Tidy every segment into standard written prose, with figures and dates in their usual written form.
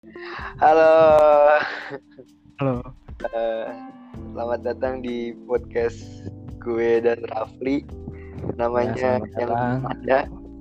Halo, Halo, eh, selamat datang di podcast gue dan Rafli. ya Namanya selamat yang datang. ada.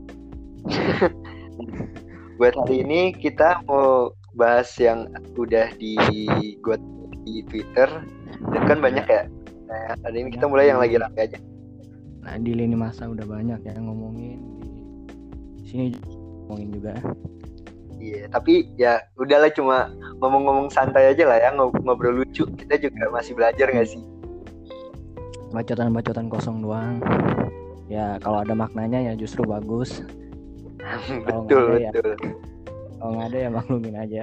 Buat hari ini kita mau bahas yang udah di gue di Twitter dan kan banyak Ya, ya. Nah, hari ini kita banyak mulai yang lagi rame aja. di lini masa udah banyak ya ngomongin di sini ngomongin juga. Iya, tapi ya udahlah cuma ngomong-ngomong santai aja lah ya, ngobrol lucu. Kita juga masih belajar nggak sih? Bacotan-bacotan kosong doang. Ya kalau ada maknanya ya justru bagus. Kalau nggak Betul, ada ya, betul. kalau nggak ada ya maklumin aja.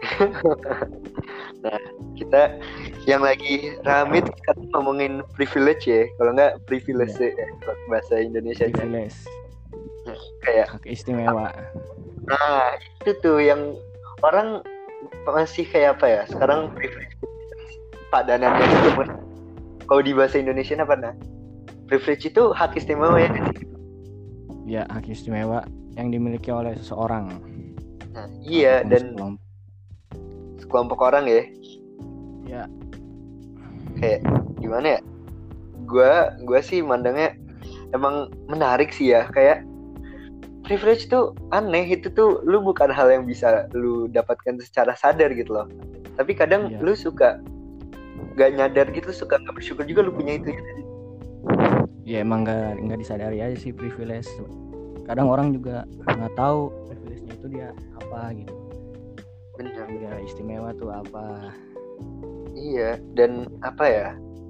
Nah, kita yang lagi rame tuh sekarang ngomongin privilege ya. Kalau nggak privilege Iya, ya, kalau bahasa Indonesianya. privilege, Kayak, hak istimewa. nah itu tuh yang orang masih kayak apa ya? Sekarang privilege padanannya itu kalau di bahasa Indonesia apa nah? Privilege itu hak istimewa ya. Ya, hak istimewa yang dimiliki oleh seseorang Nah, iya ataupun dan sekelompok. sekelompok orang ya. Ya, Kayak gimana ya? Gua sih mandangnya emang menarik sih ya. Kayak privilege tuh aneh, itu tuh lu bukan hal yang bisa lu dapatkan secara sadar gitu loh, tapi kadang iya, lu suka gak nyadar gitu, suka gak bersyukur juga lu punya itu. ya emang nggak disadari aja sih privilege. Kadang orang juga nggak tahu privilege-nya itu dia apa gitu. Bener, Yang dia istimewa tuh apa. iya. Dan apa ya,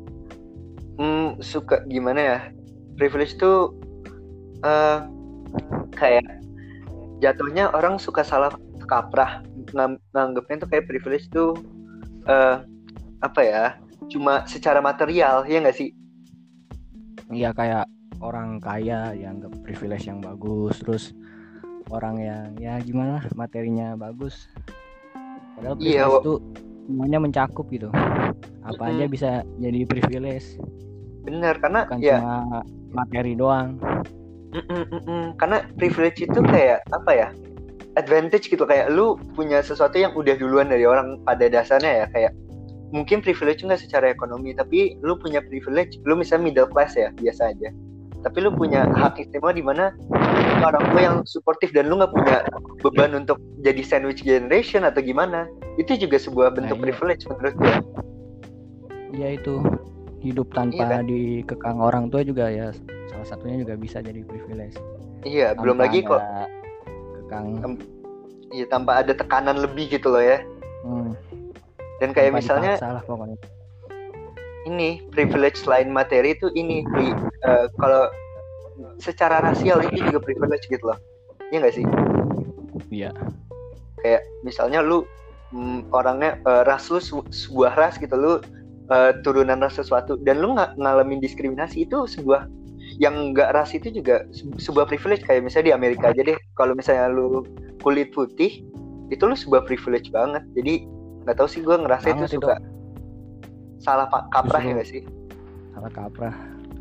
suka gimana ya, privilege tuh eh, kayak jatuhnya orang suka salah kaprah nganggepnya tuh kayak privilege tuh eh, apa ya, cuma secara material, ya nggak sih? Iya kayak orang kaya dianggap privilege yang bagus. Terus orang yang ya gimana lah materinya bagus. Padahal Iya, privilege tuh semuanya mencakup gitu. Apa aja mm-mm, bisa jadi privilege. bener karena Bukan ya. cuma materi doang. Karena privilege itu kayak apa ya, advantage gitu, kayak lu punya sesuatu yang udah duluan dari orang pada dasarnya ya. Kayak mungkin privilege nggak secara ekonomi, tapi lu punya privilege, lu misalnya middle class ya biasa aja, tapi lu punya hak istimewa di mana orang tua yang suportif dan lu nggak punya beban untuk jadi sandwich generation atau gimana. Itu juga sebuah Nah bentuk iya, privilege menurut gue. iya itu hidup Iya tanpa kan? dikekang orang tua juga ya salah satunya juga bisa jadi privilege. Iya, belum Tanpa lagi kok. ada kekang. Iya, tanpa ada tekanan lebih gitu loh ya. Hmm. Dan kayak Tanpa misalnya dipaksa lah pokoknya. ini privilege selain materi itu ini kalau secara rasial itu juga privilege gitu loh, iya nggak sih? Iya, Kayak misalnya lu orangnya ras lu sebuah ras gitu, lu turunan ras sesuatu dan lu nggak ngalamin diskriminasi, itu sebuah yang nggak ras itu juga sebuah privilege. Kayak misalnya di Amerika aja deh, kalau misalnya lu kulit putih itu lu sebuah privilege banget. Jadi nggak tahu sih, gue ngerasa itu banget itu. suka salah kaprah ya Justru nggak sih? salah kaprah.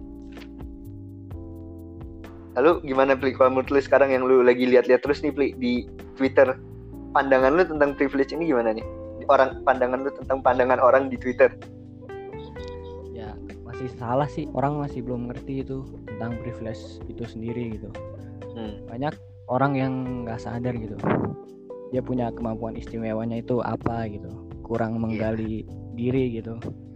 Lalu gimana Pli, kalau menurut lu sekarang yang lu lagi lihat-lihat terus nih Pli di Twitter, pandangan lu tentang privilege ini gimana nih? Pandangan lu tentang pandangan orang di Twitter. Ya masih salah sih, orang masih belum ngerti itu tentang privilege itu sendiri gitu. Banyak orang yang nggak sadar gitu, dia punya kemampuan istimewanya itu apa gitu, kurang menggali diri gitu.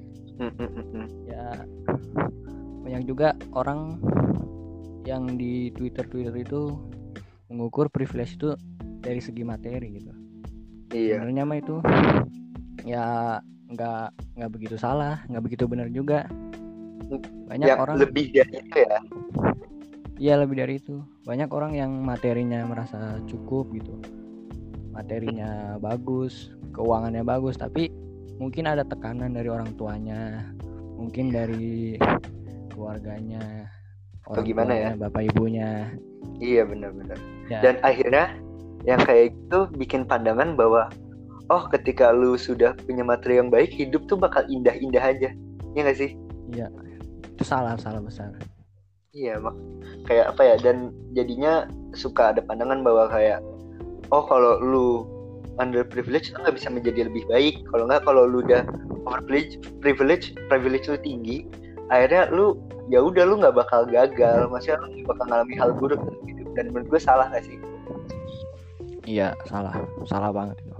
Ya banyak juga orang yang di Twitter itu mengukur privilege itu dari segi materi gitu. Iya. Sebenarnya mah itu ya nggak begitu salah, nggak begitu benar juga. Banyak Yang orang, lebih dari itu ya. iya lebih dari itu. Banyak orang yang materinya merasa cukup gitu, materinya bagus, keuangannya bagus, tapi mungkin ada tekanan dari orang tuanya, mungkin dari keluarganya, Atau orang gimana ya? tuanya, bapak ibunya. Iya, benar-benar. Ya, Dan akhirnya yang kayak gitu bikin pandangan bahwa oh, ketika lu sudah punya materi yang baik, hidup tuh bakal indah-indah aja. Iya nggak sih? iya itu salah besar. Iya, kayak apa ya? Dan jadinya suka ada pandangan bahwa kayak oh, kalau lu underprivileged lu nggak bisa menjadi lebih baik. Kalau lu udah privilege lu tinggi, akhirnya lu ya udah lu nggak bakal gagal, maksudnya lu nggak bakal ngalami hal buruk gitu. Dan menurut gue salah nggak sih? Iya, salah banget itu.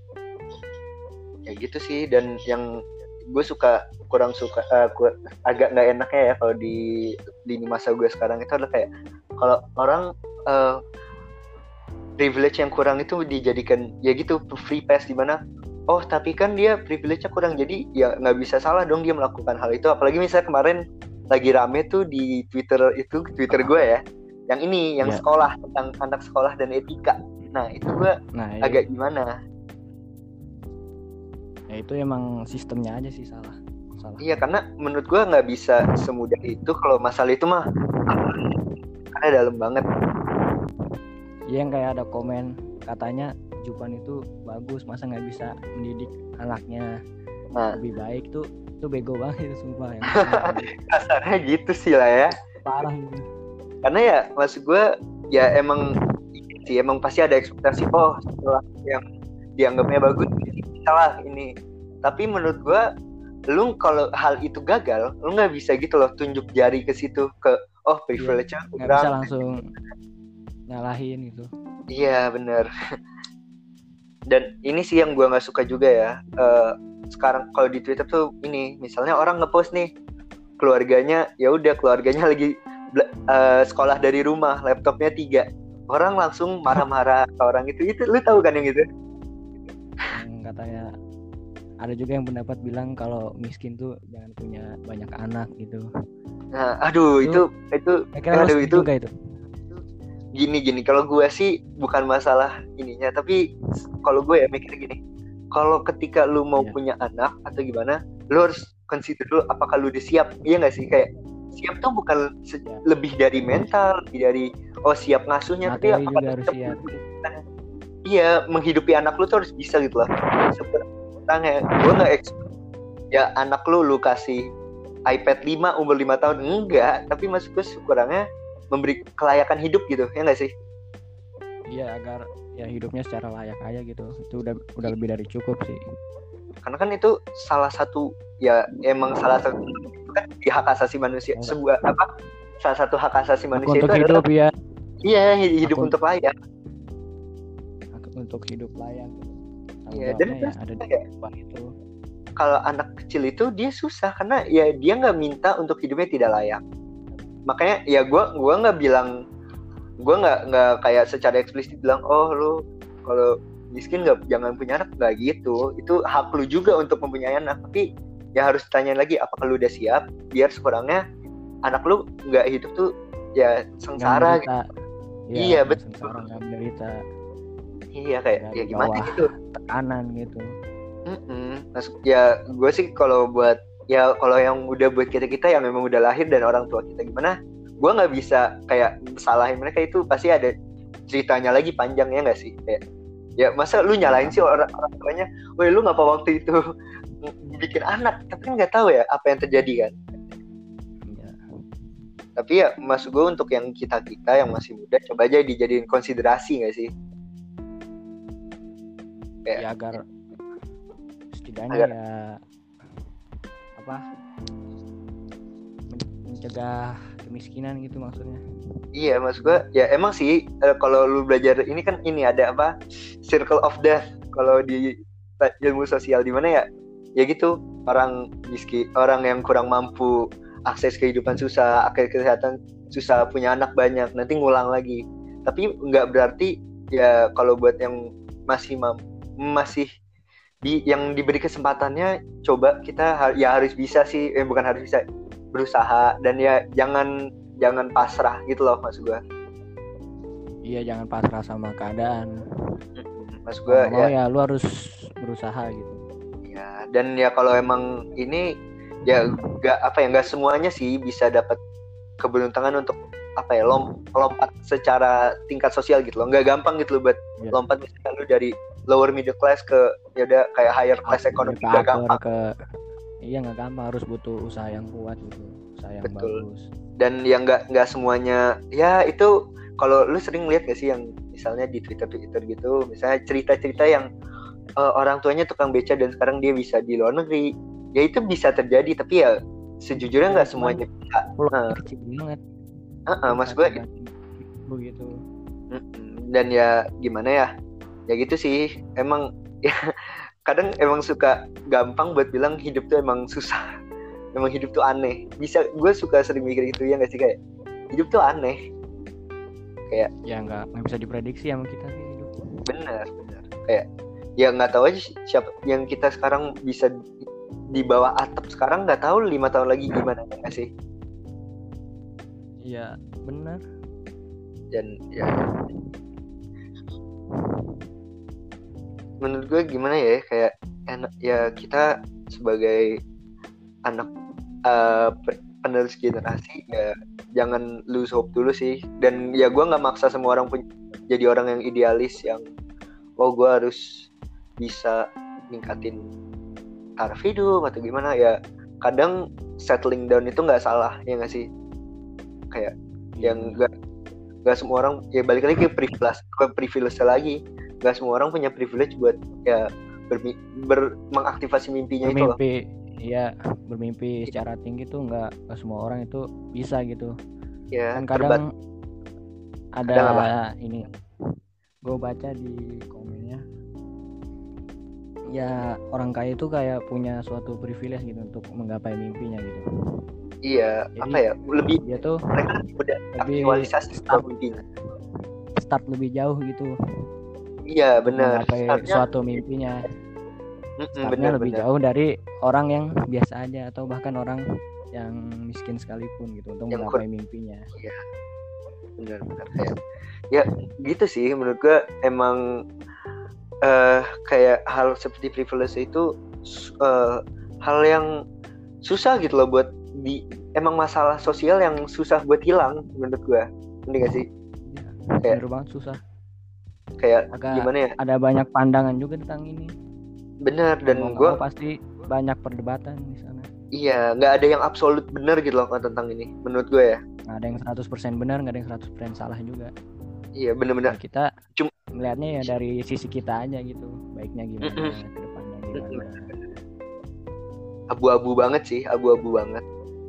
Ya gitu sih. Dan yang gue kurang suka agak nggak enaknya ya kalau di masa gue sekarang itu adalah kayak kalau orang privilege yang kurang itu dijadikan ya gitu free pass, di mana tapi kan dia privilege-nya kurang, jadi ya nggak bisa salah dong dia melakukan hal itu. Apalagi misalnya kemarin lagi rame tuh di Twitter gue ya, yang sekolah, tentang anak sekolah dan etika. Nah itu gue agak gimana. Ya itu emang sistemnya aja sih salah. Iya, karena menurut gue nggak bisa semudah itu. Kalau masalah itu mah karena dalam banget. Iya, yang kayak ada komen katanya Jupan itu bagus, masa nggak bisa mendidik anaknya lebih baik tuh bego banget itu sumpah. Kasarnya gitu sih lah ya. Parah gitu. Karena ya maksud gue ya emang pasti ada ekspektasi setelah yang dianggapnya bagus salah ini. Tapi menurut gue lu kalau hal itu gagal, lu nggak bisa gitu loh tunjuk jari ke situ ke privilege-nya nggak bisa langsung nyalahin gitu. Iya bener. Dan ini sih yang gue nggak suka juga ya. Sekarang kalau di Twitter tuh ini misalnya orang ngepost nih keluarganya lagi sekolah dari rumah, laptopnya 3, orang langsung marah-marah ke orang itu lu tahu kan yang itu? Katanya ada juga yang pendapat bilang kalau miskin tuh jangan punya banyak anak gitu. Nah, itu juga itu. Gini, kalau gue sih bukan masalah ininya, tapi kalau gue ya mikir gini, kalau ketika lu mau punya anak atau gimana, lu harus consider dulu apakah lu udah siap. Iya nggak sih, kayak siap tuh bukan lebih dari mental, lebih dari siap ngasuhnya, tapi apakah harus siap. Iya, menghidupi anak lu tuh harus bisa gitu lah. Sebenarnya gue nggak ya anak lu kasih iPad 5 umur 5 tahun, enggak, tapi maksud gue kurangnya memberi kelayakan hidup gitu, ya nggak sih? Iya, agar ya hidupnya secara layak aja gitu. Itu udah lebih dari cukup sih. Karena kan itu salah satu itu kan di hak asasi manusia. Salah satu hak asasi manusia untuk itu hidup adalah, ya. Iya, hidup untuk layak. Untuk hidup layak. Iya, dan ya ada di depan itu. Kalau anak kecil itu dia susah karena ya dia nggak minta untuk hidupnya tidak layak. Makanya ya gue nggak bilang, gue nggak kayak secara eksplisit bilang lu kalau miskin jangan punya anak, nggak gitu. Itu hak lu juga untuk mempunyai anak, tapi ya harus tanya lagi apakah lu udah siap biar sekurangnya anak lu nggak hidup tuh ya sengsara gitu. Iya betul. Sengsara nggak menderita. Iya kayak ya gimana gitu, tekanan gitu. Ya gue sih kalau yang udah buat kita yang memang udah lahir dan orang tua kita gimana, gue nggak bisa kayak salahin mereka, itu pasti ada ceritanya lagi panjang, ya nggak sih? Kayak ya masa lu nyalain sih orang tuanya, woi lu ngapa waktu itu bikin anak, tapi nggak tahu ya apa yang terjadi kan. Tapi ya maksud gue untuk yang kita yang masih muda, coba aja dijadiin konsiderasi nggak sih? Ya agar setidaknya mencegah kemiskinan gitu maksudnya. Iya, maksud gue ya emang sih kalau lu belajar ini kan ini ada circle of death kalau di ilmu sosial, di mana ya gitu, orang miskin, orang yang kurang mampu akses kehidupan susah, akses kesehatan susah, punya anak banyak, nanti ngulang lagi. Tapi nggak berarti ya kalau buat yang masih yang diberi kesempatannya, coba kita ya harus bisa sih, bukan harus bisa, berusaha, dan ya jangan pasrah gitu loh maksud gue. Iya, jangan pasrah sama keadaan. Maksud gue ya lu harus berusaha gitu. Ya, dan ya kalau emang ini ya nggak semuanya sih bisa dapat keberuntungan untuk lompat secara tingkat sosial gitu loh. Nggak gampang gitu loh buat lompat misalnya lu dari lower middle class ke ya udah kayak higher class ekonomi, nggak gampang. Nggak gampang, harus butuh usaha yang kuat gitu, usaha yang bagus. Dan yang nggak semuanya ya itu, kalau lu sering lihat nggak sih yang misalnya di Twitter gitu, misalnya cerita-cerita yang orang tuanya tukang beca dan sekarang dia bisa di luar negeri, ya itu bisa terjadi, tapi ya sejujurnya nggak semuanya bisa. Kecil banget. Mas gue begitu. Dan ya gimana ya gitu sih, emang ya kadang emang suka gampang buat bilang hidup tuh emang susah, emang hidup tuh aneh. Gue suka sering mikir itu, ya nggak sih, kayak hidup tuh aneh, kayak ya nggak bisa diprediksi sama kita sih hidup. Benar kayak ya nggak tahu aja siapa yang kita sekarang bisa di bawah atap sekarang, nggak tahu 5 tahun lagi gimana, nggak sih? Iya benar. Dan ya menurut gue gimana ya, kayak enak ya kita sebagai anak penerus generasi ya jangan lose hope dulu sih. Dan ya gue nggak maksa semua orang jadi orang yang idealis yang gue harus bisa ningkatin taraf hidup atau gimana. Ya kadang settling down itu nggak salah, ya nggak sih? Kayak yang nggak semua orang, ya balik lagi ke privilege lagi, nggak semua orang punya privilege buat ya mengaktifasi mimpinya itu loh. Iya, bermimpi secara tinggi tuh nggak semua orang itu bisa gitu. Ya, kan kadang ada ini, gue baca di komennya, ya orang kaya itu kayak punya suatu privilege gitu untuk menggapai mimpinya gitu. Iya. Jadi, apa ya, lebih dia tuh mereka udah aktualisasi mimpinya, start lebih jauh gitu. Iya benar. Menggapai suatu mimpinya. Startnya lebih jauh dari orang yang biasa aja atau bahkan orang yang miskin sekalipun gitu untuk menggapai mimpinya. Iya. Benar kayak ya gitu sih menurut gue. Emang kayak hal seperti privilege itu hal yang susah gitu loh buat emang masalah sosial yang susah buat hilang menurut gue. Ngerti gak sih? Ya, bener banget, susah. Kayak gimana ya? Ada banyak pandangan juga tentang ini. Benar, dan gue pasti banyak perdebatan di sana. Iya, nggak ada yang absolut benar gitu loh tentang ini menurut gue ya. Nggak ada yang 100% benar, nggak ada yang 100% salah juga. Iya benar-benar. Kita melihatnya ya dari sisi kita aja gitu, baiknya gimana, kedepannya gimana. Abu-abu banget sih, abu-abu banget.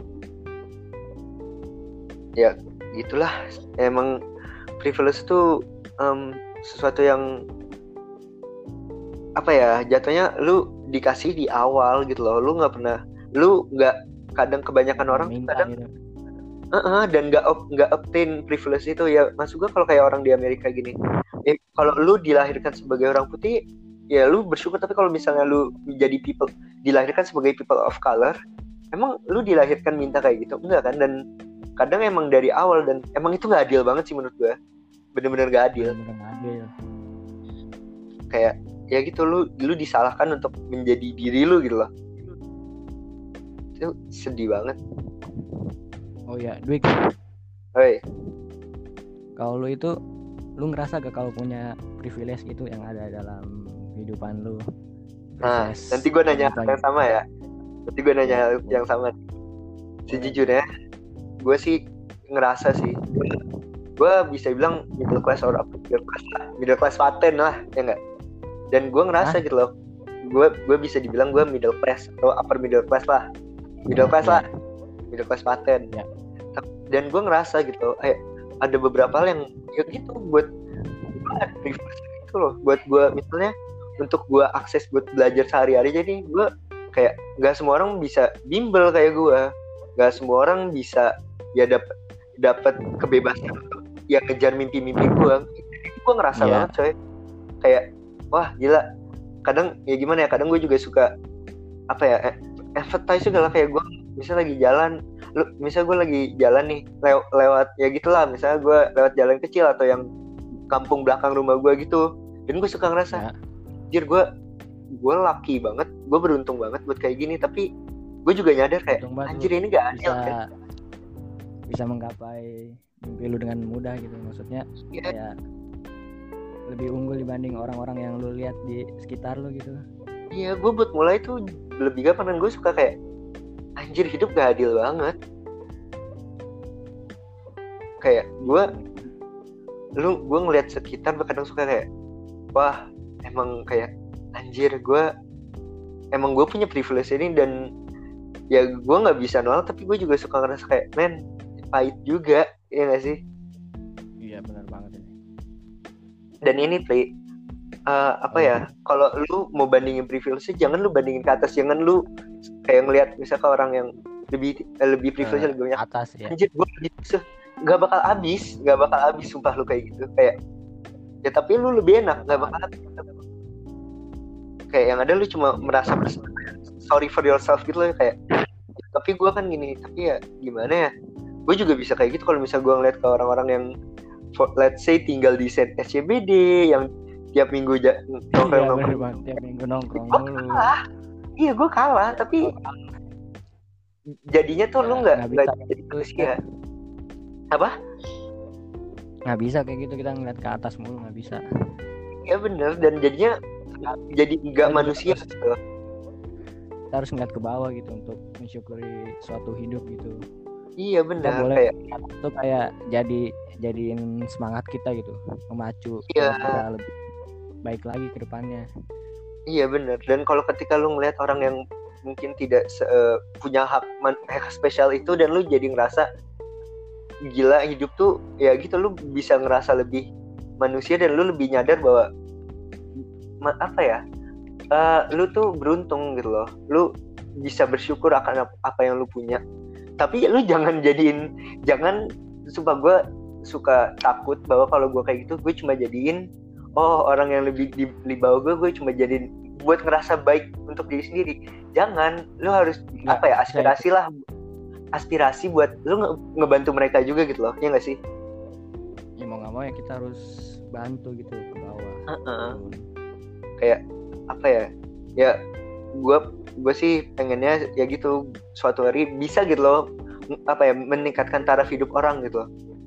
Ya gitulah, emang privilege itu sesuatu yang apa ya, jatuhnya lu dikasih di awal gitu loh. Lu nggak kadang kebanyakan orang kadang gitu. Dan nggak obtain privilege itu ya. Maksud gue kalau kayak orang di Amerika gini, kalau lu dilahirkan sebagai orang putih ya lu bersyukur, tapi kalau misalnya lu jadi dilahirkan sebagai people of color, emang lu dilahirkan minta kayak gitu? Enggak kan? Dan kadang emang dari awal, dan emang itu nggak adil banget sih menurut gue. Bener-bener nggak adil. Kayak ya gitu, lu disalahkan untuk menjadi diri lu gitu loh. Itu sedih banget. Oh ya, Dwik. Hoi. Kalau lu ngerasa gak kalau punya privilege gitu yang ada dalam kehidupan lu? Nah, nanti gue nanya yang sama ya. Yang sama. Sejujurnya, gue sih ngerasa sih. Gue bisa bilang middle class or upper middle class paten lah, ya nggak? Dan gue ngerasa gitu loh, gue bisa dibilang gue middle class atau upper middle class lah, middle class paten. Yeah. Dan gue ngerasa gitu, ada beberapa hal yang ya gitu buat gue ada privilege gitu loh, buat gue misalnya untuk gue akses buat belajar sehari-hari. Jadi gue kayak nggak semua orang bisa bimbel kayak gue, nggak semua orang bisa ya dapat kebebasan ya ngejar mimpi-mimpi gue. Gue ngerasa banget coy, kayak wah gila. Kadang ya gimana ya, kadang gue juga suka apa ya, advertise juga lah. Kayak gue misalnya lagi jalan, misalnya gue lagi jalan nih lewat ya gitulah, misalnya gue lewat jalan kecil atau yang kampung belakang rumah gue gitu, dan gue suka ngerasa anjir, gue lucky banget, gue beruntung banget buat kayak gini. Tapi gue juga nyadar kayak anjir ini gak adil kan. Bisa menggapai mimpi lu dengan mudah gitu, maksudnya kayak lebih unggul dibanding orang-orang yang lu lihat di sekitar lu gitu. Iya, gue buat mulai tuh lebih gampang, dan gue suka kayak anjir hidup gak adil banget. Kayak gue ngeliat sekitar kadang suka kayak wah emang kayak anjir emang gue punya privilege ini dan ya gue nggak bisa nolak, tapi gue juga suka ngerasa kayak men pahit juga, ya nggak sih? Iya benar banget ini. Dan ini Pri, kalau lu mau bandingin privilege jangan lu bandingin ke atas, jangan lu kayak ngelihat misalkan orang yang lebih privilege lebih banyak atas ya. Anjir gue gitu nggak bakal habis sumpah lu kayak gitu, kayak ya tapi lu lebih enak nggak bakal habis. Kayak yang ada lu cuma merasa sorry for yourself gitu loh, kayak tapi gue kan gini, tapi ya gimana ya, gue juga bisa kayak gitu kalau misalnya gue ngeliat ke orang-orang yang let's say tinggal di SCBD yang tiap minggu nongkrong tiap minggu nongkrong mulu. Iya gue kalah, tapi jadinya tuh lu nggak jadi manusia. Apa? Nggak bisa kayak gitu, kita ngeliat ke atas mulu, nggak bisa. Iya bener, dan jadinya jadi nggak manusia gitu. Kita harus ngeliat ke bawah gitu untuk mensyukuri suatu hidup gitu. Iya benar. Boleh itu kayak jadiin semangat kita gitu, memacu kita lebih baik lagi ke depannya. Iya benar. Dan kalau ketika lu ngeliat orang yang mungkin tidak punya hak spesial itu, dan lu jadi ngerasa gila hidup tuh ya gitu, lu bisa ngerasa lebih manusia dan lu lebih nyadar bahwa lu tuh beruntung gitu loh, lu bisa bersyukur akan apa yang lu punya. Tapi lu jangan sumpah gue suka takut bahwa kalau gue kayak gitu gue cuma jadiin orang yang lebih di bawah gue cuma jadiin buat ngerasa baik untuk diri sendiri. Jangan, lu harus aspirasi buat lu ngebantu mereka juga gitu loh, ya nggak sih? Ya mau nggak mau ya kita harus bantu gitu ke bawah. Kayak ya gue sih pengennya ya gitu suatu hari bisa gitu loh meningkatkan taraf hidup orang gitu loh.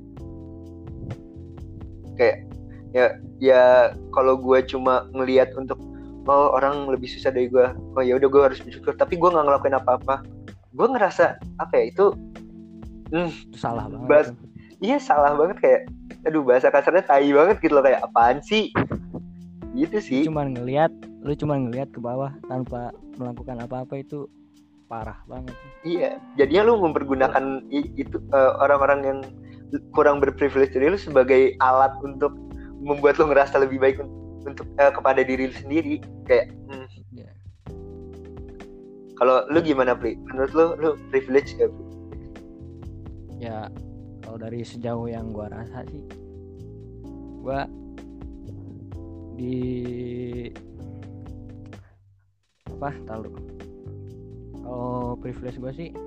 Kayak ya kalau gue cuma ngelihat untuk orang lebih susah dari gue, ya udah gue harus bersyukur, tapi gue nggak ngelakuin apa-apa, gue ngerasa itu salah banget. Iya salah banget, kayak aduh bahasa kasarnya tai banget gitu loh, kayak apaan sih gitu sih. Lu cuma ngelihat ke bawah tanpa melakukan apa-apa, itu parah banget. Iya, jadinya lu mempergunakan itu orang-orang yang kurang berprivilege dari lu sebagai alat untuk membuat lu ngerasa lebih baik untuk kepada diri lu sendiri. Kayak Kalau lu gimana, Pri? Menurut lu privilege gak, Pri? Ya, kalau dari sejauh yang gua rasa sih, gua kalau privilege gue sih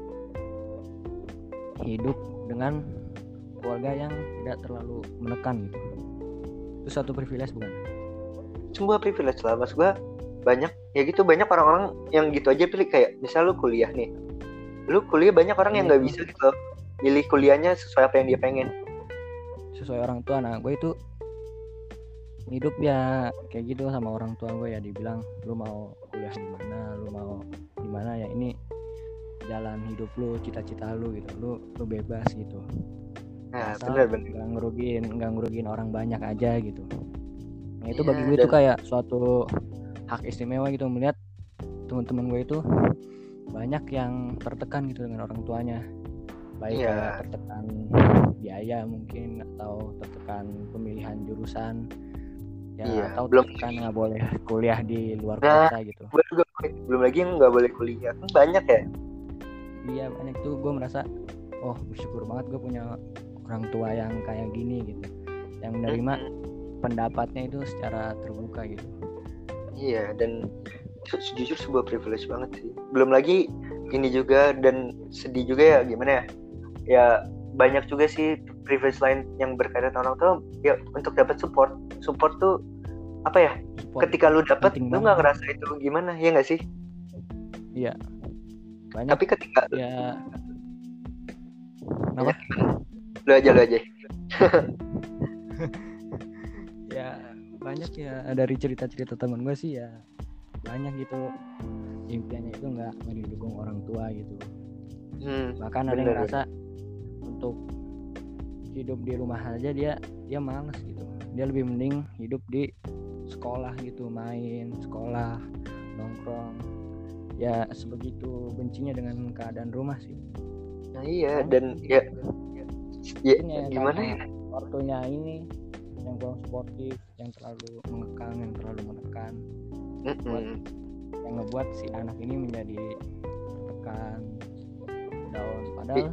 hidup dengan keluarga yang tidak terlalu menekan gitu. Itu satu privilege bukan? Semua privilege lah, mas gue banyak ya gitu, banyak orang-orang yang gitu aja pilih, kayak misal lu kuliah nih, lu kuliah banyak orang yang nggak bisa gitu pilih kuliahnya sesuai apa yang dia pengen, sesuai orang tua. Nah gue itu hidup ya kayak gitu sama orang tua gue, ya dibilang lu mau kuliah di mana, lu mau di mana, ya ini jalan hidup lu, cita-cita lu gitu, lu bebas gitu. Nah benar nggak ngerugiin orang banyak aja gitu. Nah itu bagi gue itu kayak suatu hak istimewa gitu, melihat teman-teman gue itu banyak yang tertekan gitu dengan orang tuanya, baik kayak tertekan biaya mungkin, atau tertekan pemilihan jurusan ya, atau tertekan nggak boleh kuliah di luar kota gitu. Belum lagi nggak boleh kuliah, kan banyak ya. Iya banyak tuh, gue merasa bersyukur banget gue punya orang tua yang kayak gini gitu, yang menerima pendapatnya itu secara terbuka gitu. Iya, dan jujur sebuah privilege banget sih. Belum lagi ini juga, dan sedih juga ya, gimana ya, ya banyak juga sih privilege lain yang berkaitan orang tua ya, untuk dapat support tuh apa ya, support ketika lu dapat lu nggak ngerasa itu gimana, ya nggak sih? Iya banyak. Tapi ketika ya kenapa? Lu aja ya banyak ya, dari cerita-cerita teman gue sih ya banyak gitu, impiannya itu nggak didukung orang tua gitu. Bahkan ada yang ngerasa untuk hidup di rumah aja dia dia malas gitu. Dia lebih mending hidup di sekolah gitu, main sekolah, nongkrong. Ya sebegitu bencinya dengan keadaan rumah sih. Nah iya, dan ya gimana ya, waktunya ini yang kurang sportif, yang terlalu mengekang, yang terlalu menekan, yang ngebuat si anak ini menjadi tertekan, down. Padahal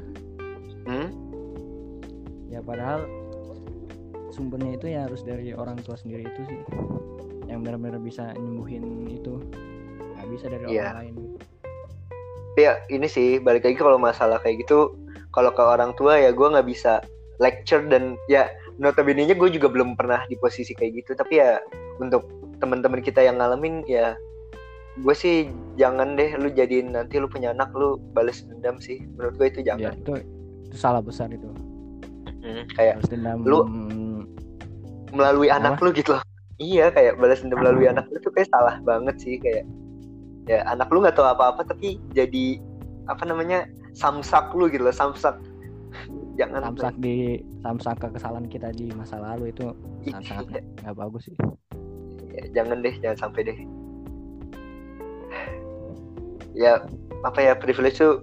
ya padahal sumbernya itu ya harus dari orang tua sendiri itu sih, yang benar-benar bisa nyembuhin itu, nggak bisa dari orang lain gitu. Ya ini sih balik lagi, kalau masalah kayak gitu, kalau ke orang tua ya gue nggak bisa lecture, dan ya notabene-nya gue juga belum pernah di posisi kayak gitu. Tapi ya untuk teman-teman kita yang ngalamin, ya gue sih jangan deh lu jadiin nanti lu punya anak lu balas dendam sih. Menurut gue itu jangan. Ya, itu salah besar itu. Kayak lu melalui anak lu gitu loh. Iya, kayak balas dendam melalui anak lu tuh kayak salah banget sih. Kayak ya anak lu nggak tahu apa-apa tapi jadi apa namanya, samsak lu gitu loh, samsak. Jangan samsak ke kesalahan kita di masa lalu, itu sangat nggak bagus sih. Ya, jangan sampai deh. Ya apa ya, privilege tuh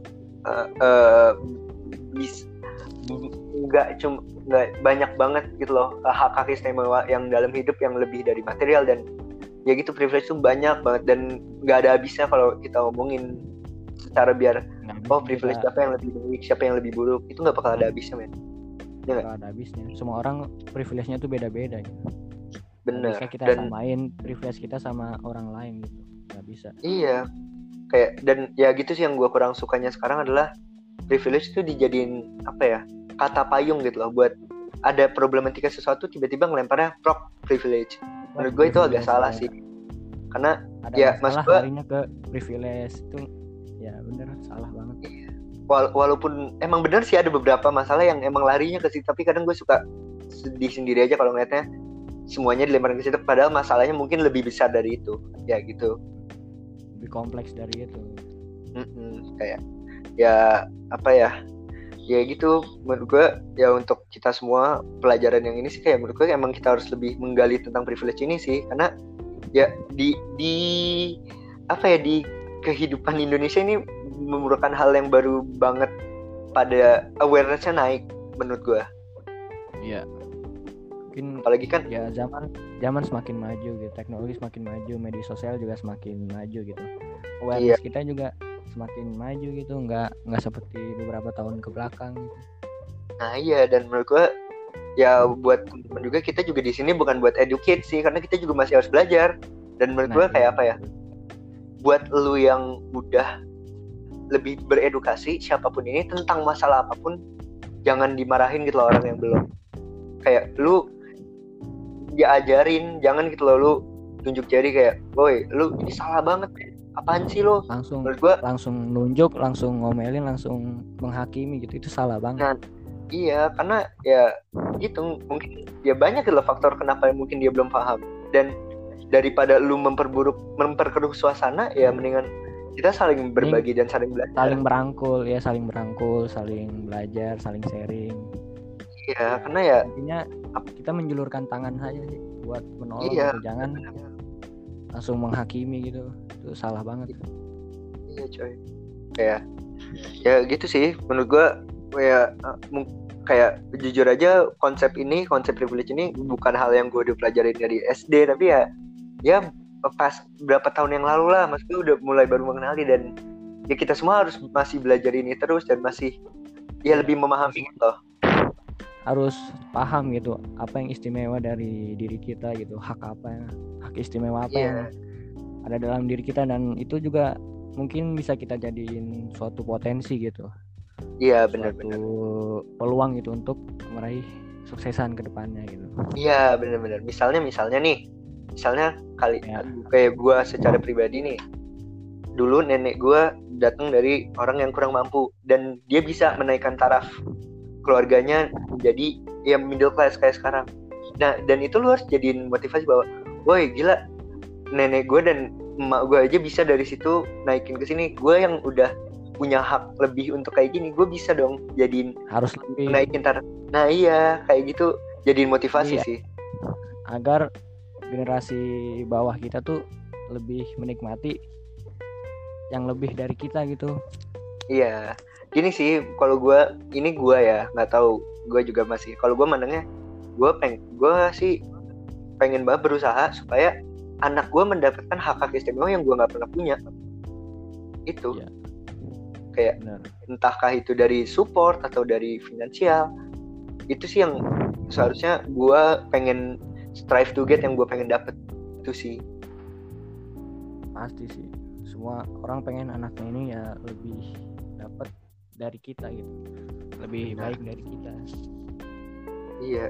nggak banyak banget gitu loh, hak-hak istimewa yang dalam hidup yang lebih dari material, dan ya gitu, privilege tuh banyak banget dan nggak ada habisnya kalau kita ngomongin secara biar privilege siapa yang lebih baik, siapa yang lebih buruk, itu nggak bakal ada habisnya, men. Nggak ada habisnya. Semua orang privilege-nya tuh beda-beda gitu. Bener. Bisa kita samain privilege kita sama orang lain gitu, nggak bisa. Iya, kayak, dan ya gitu sih yang gue kurang sukanya sekarang adalah privilege itu dijadiin apa ya, kata payung gitu loh, buat ada problematika sesuatu tiba-tiba ngelemparnya privilege. Menurut gue itu agak salah sih, karena ada ya maksud gue larinya ke privilege itu ya bener salah banget. Walaupun emang bener sih ada beberapa masalah yang emang larinya ke situ, tapi kadang gue suka sedih sendiri aja kalau ngeliatnya semuanya dilemparin ke situ, padahal masalahnya mungkin lebih besar dari itu, ya gitu, lebih kompleks dari itu. Kayak ya apa ya gitu. Menurut gue ya untuk kita semua pelajaran yang ini sih, kayak menurut gue emang kita harus lebih menggali tentang privilege ini sih, karena ya di apa ya, di kehidupan Indonesia ini merupakan hal yang baru banget, pada awareness-nya naik menurut gue. Iya. Mungkin apalagi kan ya zaman semakin maju gitu, teknologi semakin maju, media sosial juga semakin maju gitu. Awareness kita juga semakin maju gitu, nggak seperti beberapa tahun ke belakang gitu. Nah iya, dan menurut gue ya buat teman-teman juga, kita juga di sini bukan buat educate sih, karena kita juga masih harus belajar. Dan menurut gue kayak apa ya, buat lu yang udah lebih beredukasi, siapapun ini tentang masalah apapun, jangan dimarahin gitu loh orang yang belum. Kayak lu diajarin, jangan gitu loh lu tunjuk jari kayak, boy lu ini salah banget, apaan sih lo, langsung menurut gua langsung nunjuk, langsung ngomelin, langsung menghakimi gitu, itu salah banget. Nah iya, karena ya gitu, mungkin ya banyak gitu loh faktor kenapa mungkin dia belum paham, dan daripada lu memperkeruh suasana, ya mendingan kita saling berbagi dan saling belajar, saling merangkul, saling belajar, saling sharing. Iya, karena ya intinya kita menjulurkan tangan saja sih buat menolong gitu. Jangan langsung menghakimi gitu, itu salah banget. Iya coy, kayak ya gitu sih menurut gue. Kayak jujur aja, konsep privilege ini bukan hal yang gue udah pelajarin dari SD, tapi ya pas berapa tahun yang lalu lah, maksudnya udah mulai baru mengenali, dan ya kita semua harus masih belajar ini terus, dan masih ya lebih memahami gitu. Harus paham gitu apa yang istimewa dari diri kita gitu, hak istimewa apa yang ada dalam diri kita, dan itu juga mungkin bisa kita jadiin suatu potensi gitu. Iya, benar-benar peluang gitu untuk meraih suksesan ke depannya gitu. Iya, benar-benar. Misalnya kayak gue secara pribadi nih, dulu nenek gue datang dari orang yang kurang mampu, dan dia bisa menaikkan taraf keluarganya menjadi ya middle class kayak sekarang. Nah, dan itu lu harus jadiin motivasi bahwa, woi gila, nenek gue dan emak gue aja bisa dari situ naikin ke sini, gue yang udah punya hak lebih untuk kayak gini, gue bisa dong jadiin, harus lebih naikin taraf. Nah iya, kayak gitu. jadiin motivasi Iya. sih. Agar generasi bawah kita tuh lebih menikmati yang lebih dari kita gitu. Iya, gini sih kalau gue ya nggak tahu, gue juga masih, kalau gue mandangnya gue sih pengen banget berusaha supaya anak gue mendapatkan hak-hak istimewa yang gue nggak pernah punya. Itu Iya. Kayak Benar. entahkah itu dari support atau dari finansial, itu sih yang seharusnya gue pengen strive to get, yang gue pengen dapet itu sih. Pasti sih. Semua orang pengen anaknya ini ya lebih dapat dari kita gitu. Lebih baik dari kita. Iya.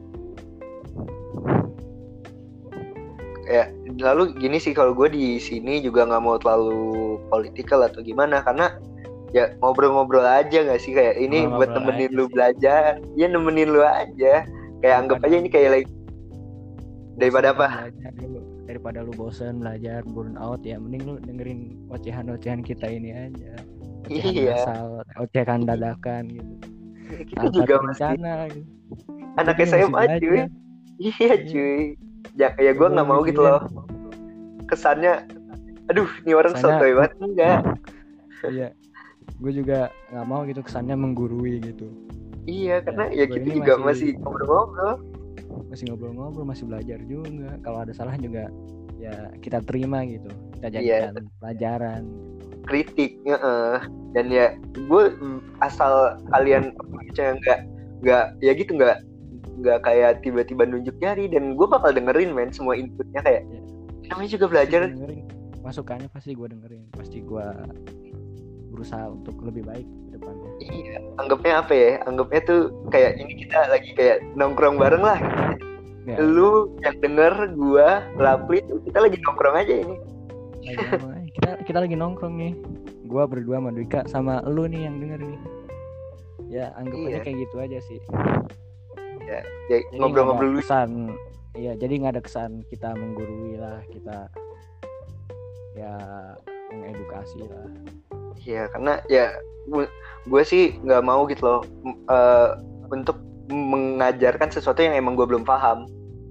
Ya, lalu gini sih, kalau gue di sini juga nggak mau terlalu politikal atau gimana, karena ya ngobrol-ngobrol aja nggak sih, kayak ini buat nemenin lu belajar, ya nemenin lu aja, kayak anggap aja ini kayak lagi daripada apa? Daripada lu bosen belajar burn out, ya mending lu dengerin ocehan-ocehan kita ini aja. Ocehan asal, ocehan dadakan gitu. Kita juga rencana gitu. Anak SMA cuy. Iya cuy. Ya gue nggak mau gitu loh. Kesannya, aduh, ini orang sotoy banget, enggak. Iya. Gue juga nggak mau gitu kesannya menggurui gitu. Iya, karena ya kita juga masih ngobrol-ngobrol. Masih belajar juga. Kalau ada salah juga ya kita terima gitu. Kita jadikan pelajaran. Kritik, dan ya gue asal kalian nggak ya gitu, nggak kayak tiba-tiba nunjuk jari, dan gue bakal dengerin semua inputnya, kayak namanya juga belajar. Masukannya pasti gue dengerin, pasti gue berusaha untuk lebih baik ke depannya. Iya, anggapnya apa ya? Anggapnya tuh kayak ini kita lagi kayak nongkrong bareng lah. Ya. Lu yang denger, gue, Rapli, kita lagi nongkrong aja ini. Kita lagi nongkrong nih. Gue berdua sama Dwika sama lu nih yang denger nih. Ya anggapnya kayak gitu aja sih. Ya ngobrol-ngobrol kesan. Iya, jadi nggak ada kesan kita menggurui lah, kita ya mengedukasi lah. Iya, karena ya gue sih nggak mau gitu loh untuk mengajarkan sesuatu yang emang gue belum paham.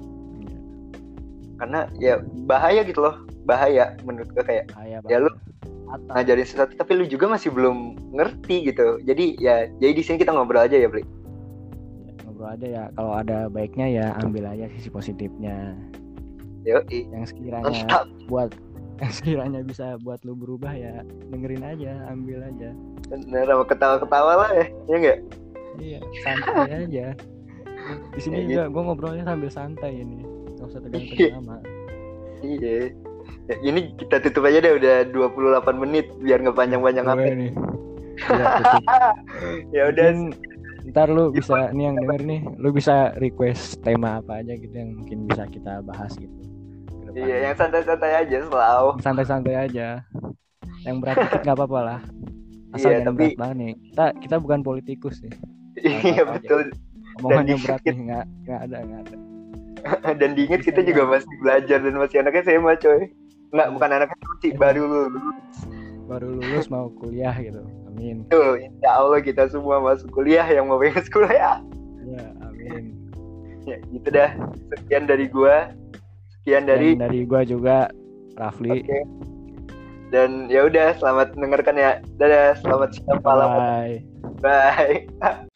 Karena ya bahaya gitu loh, bahaya menurut gue, kayak ya lu ngajarin sesuatu tapi lu juga masih belum ngerti gitu. Jadi di sini kita ngobrol aja ya, Bli. Ngobrol aja ya, kalau ada baiknya ya ambil aja sisi positifnya. Yoi. Yang sekiranya bisa buat lu berubah ya dengerin aja, ambil aja. Bener, sama ketawa-ketawa lah ya enggak? Iya, santai aja. Di sini juga gue ngobrolnya sambil santai ini, nggak usah tegang-tegang amat. Iya. Ya, ini kita tutup aja deh, udah 28 menit biar nggak panjang-panjang apa nih. Ya udah. Ntar lu bisa nih yang denger nih, lu bisa request tema apa aja gitu yang mungkin bisa kita bahas gitu. Iya, yang santai-santai aja selalu. Santai-santai aja. Yang berat dikit nggak apa-apa lah. Asal jangan berat banget nih. Kita bukan politikus nih. Iya betul. Omongannya berat nih, nggak ada. Dan diingat kita juga masih belajar dan masih anaknya SMA coy. Bukan anaknya sih, baru lulus mau kuliah gitu. Amin. Tuh, insya Allah kita semua masuk kuliah yang mau pengen kuliah. Ya, amin. Ya gitu dah. Sekian dari gua. Sekian dari gua juga, Rafli. Okay. Dan ya udah, selamat mendengarkan ya. Dadah, selamat siang malam. Bye.